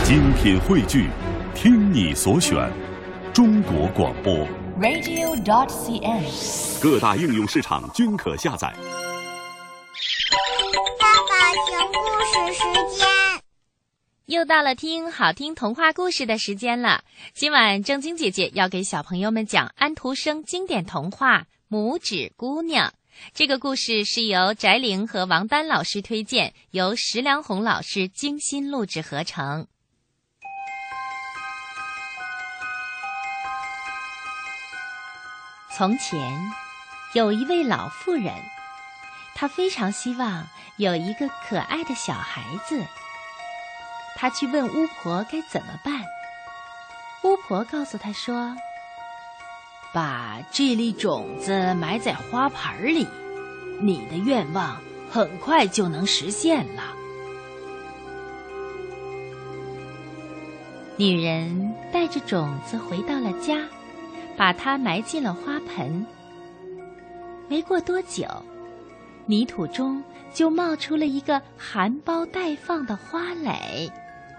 精品汇聚，听你所选，中国广播 radio.cn， 各大应用市场均可下载。 爸爸听故事时间， 又到了听好听童话故事的时间了。今晚正晶姐姐要给小朋友们讲安徒生经典童话《拇指姑娘》。这个故事是由翟玲和王丹老师推荐，由石良红老师精心录制合成。从前有一位老妇人，她非常希望有一个可爱的小孩子。她去问巫婆该怎么办。巫婆告诉她说，把这粒种子埋在花盆里，你的愿望很快就能实现了。女人带着种子回到了家，把它埋进了花盆。没过多久，泥土中就冒出了一个含苞待放的花蕾。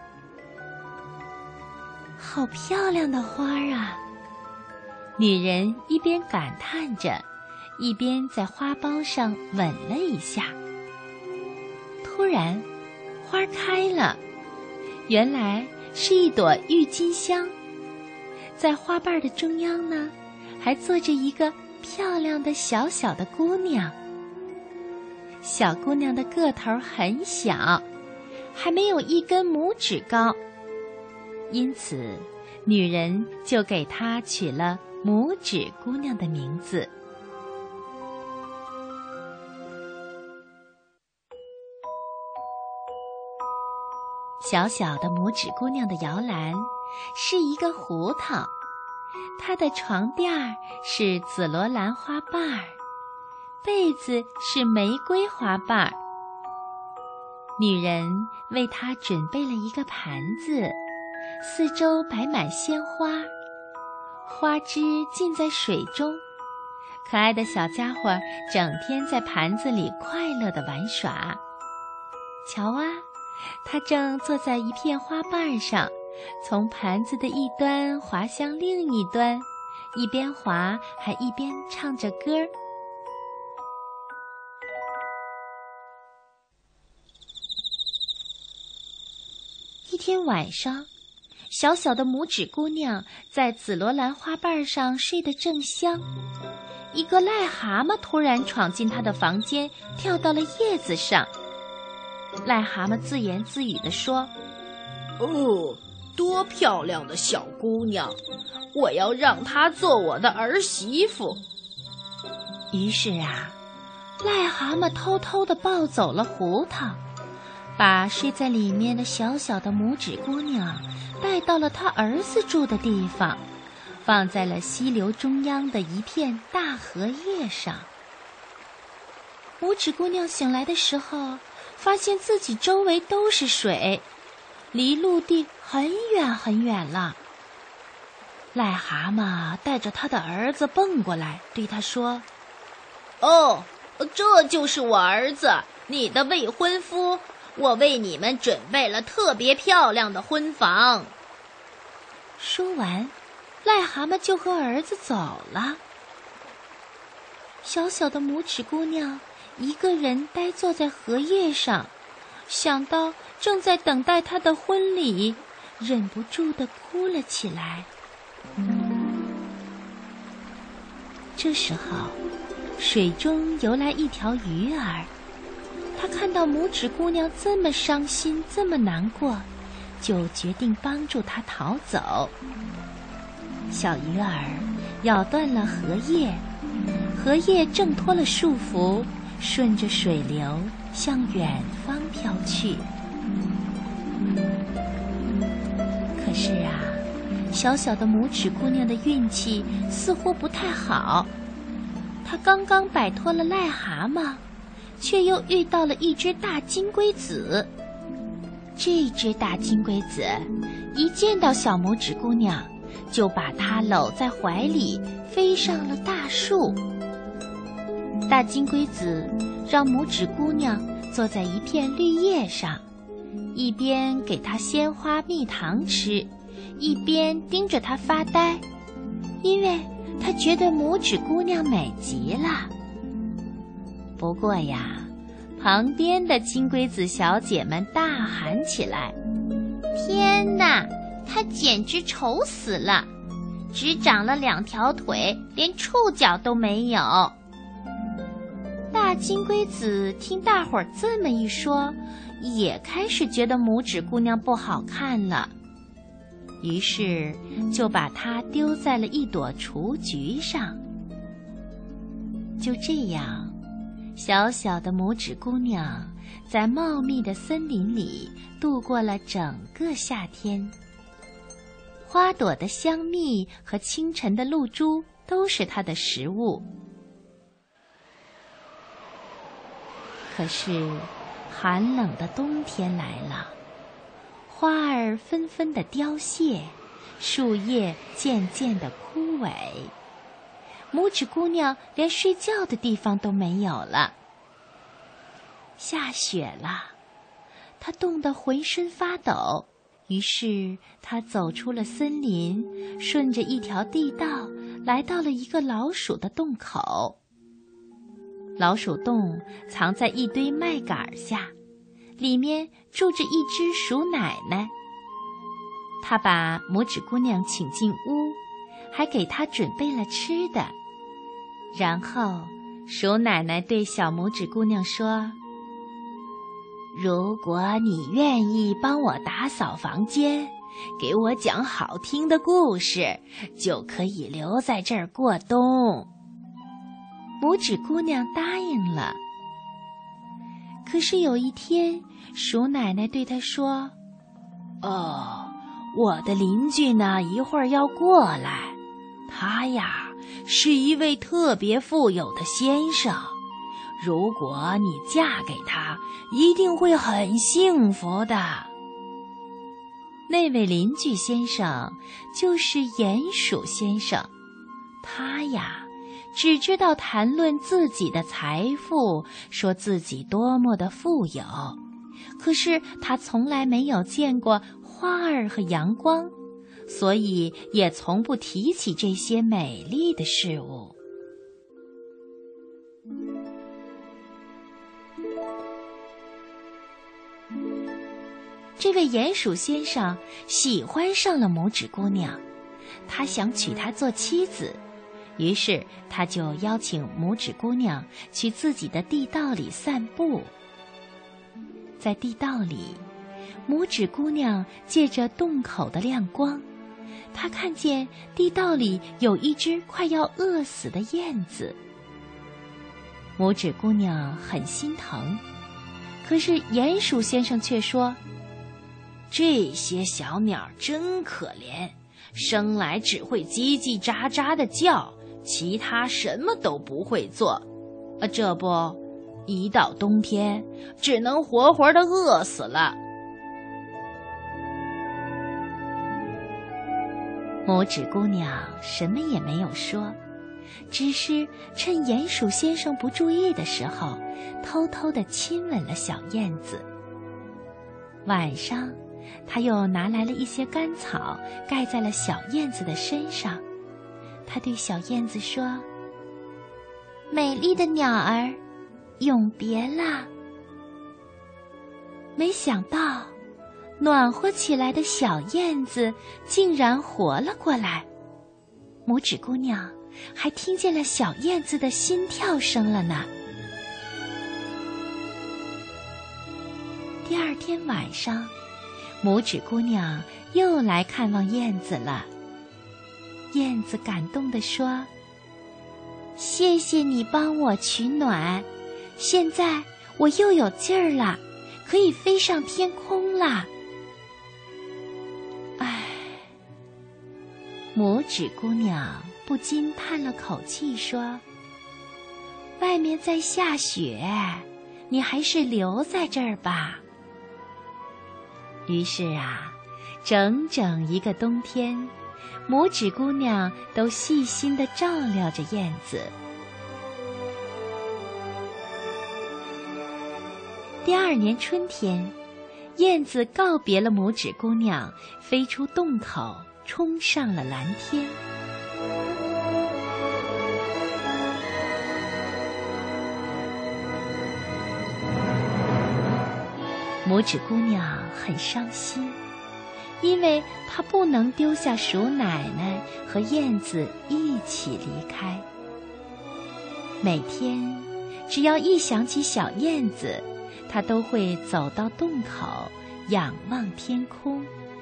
好漂亮的花啊！女人一边感叹着，一边在花苞上吻了一下。突然，花开了，原来是一朵郁金香。在花瓣的中央呢，还坐着一个漂亮的小小的姑娘。小姑娘的个头很小，还没有一根拇指高，因此女人就给她取了拇指姑娘的名字。小小的拇指姑娘的摇篮是一个胡桃，她的床垫是紫罗兰花瓣，被子是玫瑰花瓣。女人为她准备了一个盘子，四周摆满鲜花，花枝浸在水中，可爱的小家伙整天在盘子里快乐地玩耍。瞧啊，他正坐在一片花瓣上，从盘子的一端滑向另一端，一边滑还一边唱着歌儿。一天晚上，小小的拇指姑娘在紫罗兰花瓣上睡得正香，一个癞蛤蟆突然闯进她的房间，跳到了叶子上。癞蛤蟆自言自语地说， 哦，多漂亮的小姑娘，我要让她做我的儿媳妇。 于是啊，癞蛤蟆偷偷地抱走了胡桃，把睡在里面的小小的拇指姑娘带到了他儿子住的地方，放在了溪流中央的一片大荷叶上。拇指姑娘醒来的时候，发现自己周围都是水，离陆地很远很远了。癞蛤蟆带着他的儿子蹦过来，对他说， 哦，这就是我儿子，你的未婚夫，我为你们准备了特别漂亮的婚房。 说完，癞蛤蟆就和儿子走了。小小的拇指姑娘一个人呆坐在荷叶上，想到正在等待她的婚礼，忍不住地哭了起来。这时候，水中游来一条鱼儿，她看到拇指姑娘这么伤心，这么难过，就决定帮助她逃走。小鱼儿咬断了荷叶，荷叶挣脱了束缚，顺着水流向远方飘去。可是啊，小小的拇指姑娘的运气似乎不太好，她刚刚摆脱了癞蛤蟆，却又遇到了一只大金龟子。这只大金龟子一见到小拇指姑娘，就把她搂在怀里，飞上了大树。大金龟子让拇指姑娘坐在一片绿叶上， 一边给它鲜花蜜糖吃，一边盯着它发呆，因为他觉得拇指姑娘美极了。不过呀，旁边的金龟子小姐们大喊起来：天哪，她简直丑死了，只长了2条腿，连触角都没有。大金龟子听大伙儿这么一说，也开始觉得拇指姑娘不好看了，于是就把它丢在了一朵雏菊上。就这样，小小的拇指姑娘在茂密的森林里度过了整个夏天。花朵的香蜜和清晨的露珠都是它的食物。可是寒冷的冬天来了，花儿纷纷地凋谢，树叶渐渐地枯萎，拇指姑娘连睡觉的地方都没有了。下雪了，她冻得浑身发抖，于是她走出了森林，顺着一条地道来到了一个老鼠的洞口。老鼠洞藏在一堆麦秆下，里面住着一只鼠奶奶。她把拇指姑娘请进屋，还给她准备了吃的。然后鼠奶奶对小拇指姑娘说：如果你愿意帮我打扫房间，给我讲好听的故事，就可以留在这儿过冬。拇指姑娘答应了。可是有一天，鼠奶奶对她说：我的邻居呢，一会儿要过来，他呀是一位特别富有的先生，如果你嫁给他，一定会很幸福的。那位邻居先生就是鼹鼠先生，他呀只知道谈论自己的财富，说自己多么的富有，可是他从来没有见过花儿和阳光，所以也从不提起这些美丽的事物。这位鼹鼠先生喜欢上了拇指姑娘，他想娶她做妻子，于是他就邀请拇指姑娘去自己的地道里散步。在地道里，拇指姑娘借着洞口的亮光，她看见地道里有一只快要饿死的燕子。拇指姑娘很心疼，可是鼹鼠先生却说：这些小鸟真可怜，生来只会叽叽喳喳地叫，其他什么都不会做，这不，一到冬天只能活活地饿死了。拇指姑娘什么也没有说，只是趁鼹鼠先生不注意的时候，偷偷地亲吻了小燕子。晚上，她又拿来了一些干草，盖在了小燕子的身上。她对小燕子说：美丽的鸟儿，永别啦。没想到暖和起来的小燕子竟然活了过来，拇指姑娘还听见了小燕子的心跳声了呢。第二天晚上，拇指姑娘又来看望燕子了。燕子感动地说：谢谢你帮我取暖，现在我又有劲儿了，可以飞上天空啦。唉，拇指姑娘不禁叹了口气说：外面在下雪，你还是留在这儿吧。于是啊，整整一个冬天，拇指姑娘都细心地照料着燕子。第二年春天， 燕子告别了拇指姑娘，飞出洞口，冲上了蓝天。拇指姑娘很伤心，因为她不能丢下鼠奶奶和燕子一起离开。每天，只要一想起小燕子，她都会走到洞口，仰望天空。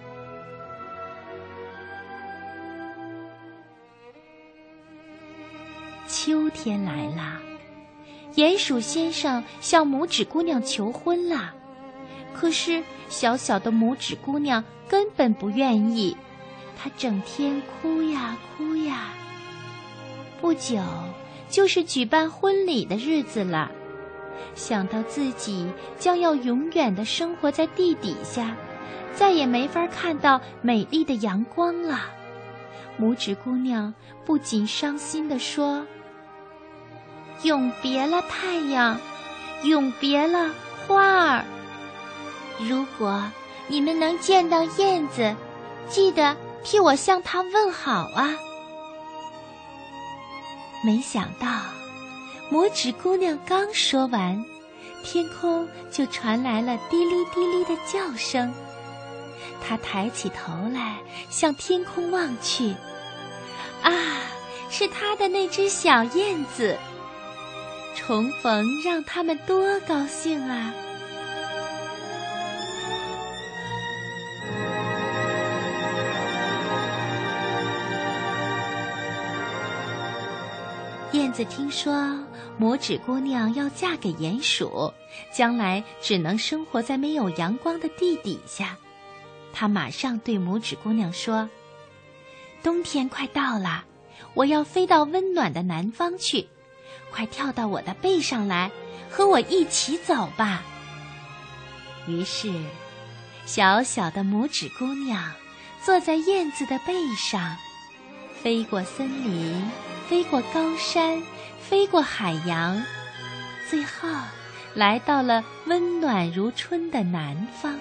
秋天来了，鼹鼠先生向拇指姑娘求婚了。可是小小的拇指姑娘根本不愿意，她整天哭呀哭呀。不久就是举办婚礼的日子了，想到自己将要永远地生活在地底下，再也没法看到美丽的阳光了，拇指姑娘不仅伤心地说：“永别了太阳，永别了花儿。如果你们能见到燕子，记得替我向她问好啊！”没想到，拇指姑娘刚说完，天空就传来了滴哩滴哩的叫声。她抬起头来，向天空望去，啊，是她的那只小燕子！重逢让他们多高兴啊！燕子听说拇指姑娘要嫁给鼹鼠，将来只能生活在没有阳光的地底下。她马上对拇指姑娘说：“冬天快到了，我要飞到温暖的南方去，快跳到我的背上来，和我一起走吧。”于是，小小的拇指姑娘坐在燕子的背上，飞过森林，飞过高山，飞过海洋，最后来到了温暖如春的南方。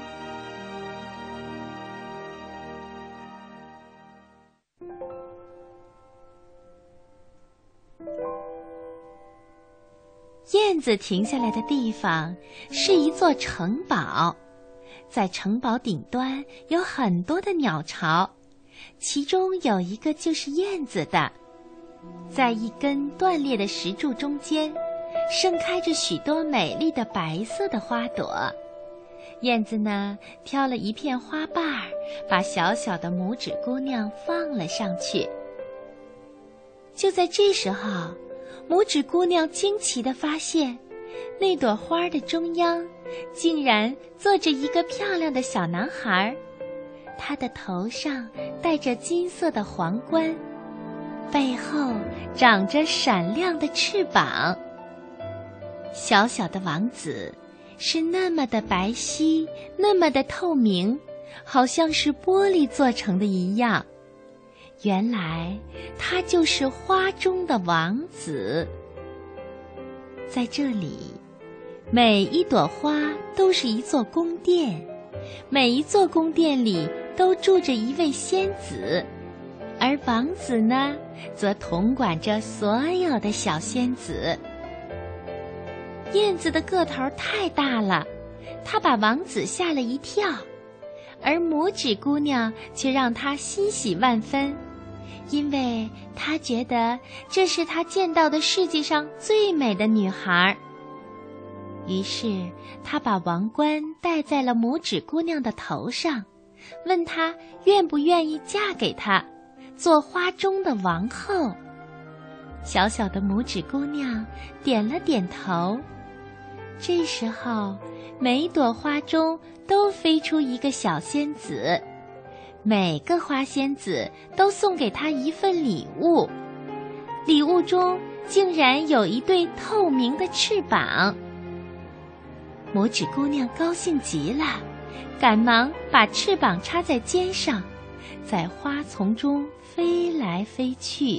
燕子停下来的地方是一座城堡，在城堡顶端有很多的鸟巢，其中有一个就是燕子的。在一根断裂的石柱中间，盛开着许多美丽的白色的花朵。燕子呢，挑了一片花瓣儿，把小小的拇指姑娘放了上去。就在这时候，拇指姑娘惊奇地发现，那朵花的中央竟然坐着一个漂亮的小男孩，他的头上戴着金色的皇冠，背后长着闪亮的翅膀。小小的王子是那么的白皙，那么的透明，好像是玻璃做成的一样。原来他就是花中的王子。在这里，每一朵花都是一座宫殿，每一座宫殿里都住着一位仙子，而王子呢，则统管着所有的小仙子。燕子的个头太大了，她把王子吓了一跳，而拇指姑娘却让她欣喜万分，因为她觉得这是她见到的世界上最美的女孩。于是她把王冠戴在了拇指姑娘的头上，问她愿不愿意嫁给他，做花中的王后。小小的拇指姑娘点了点头。这时候，每朵花中都飞出一个小仙子，每个花仙子都送给她一份礼物，礼物中竟然有一对透明的翅膀。拇指姑娘高兴极了，赶忙把翅膀插在肩上，在花丛中飞来飞去。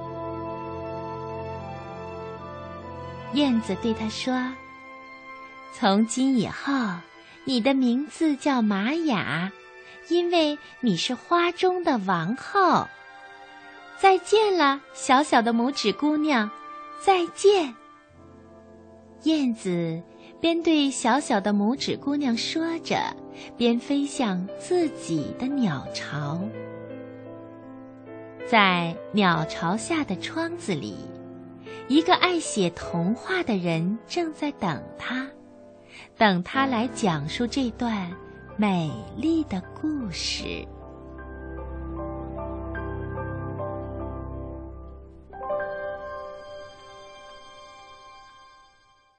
燕子对她说：“ 从今以后，你的名字叫玛雅，因为你是花中的王后。再见了，小小的拇指姑娘，再见。燕子边对小小的拇指姑娘说着，边飞向自己的鸟巢。在鸟巢下的窗子里，一个爱写童话的人正在等他，等他来讲述这段美丽的故事。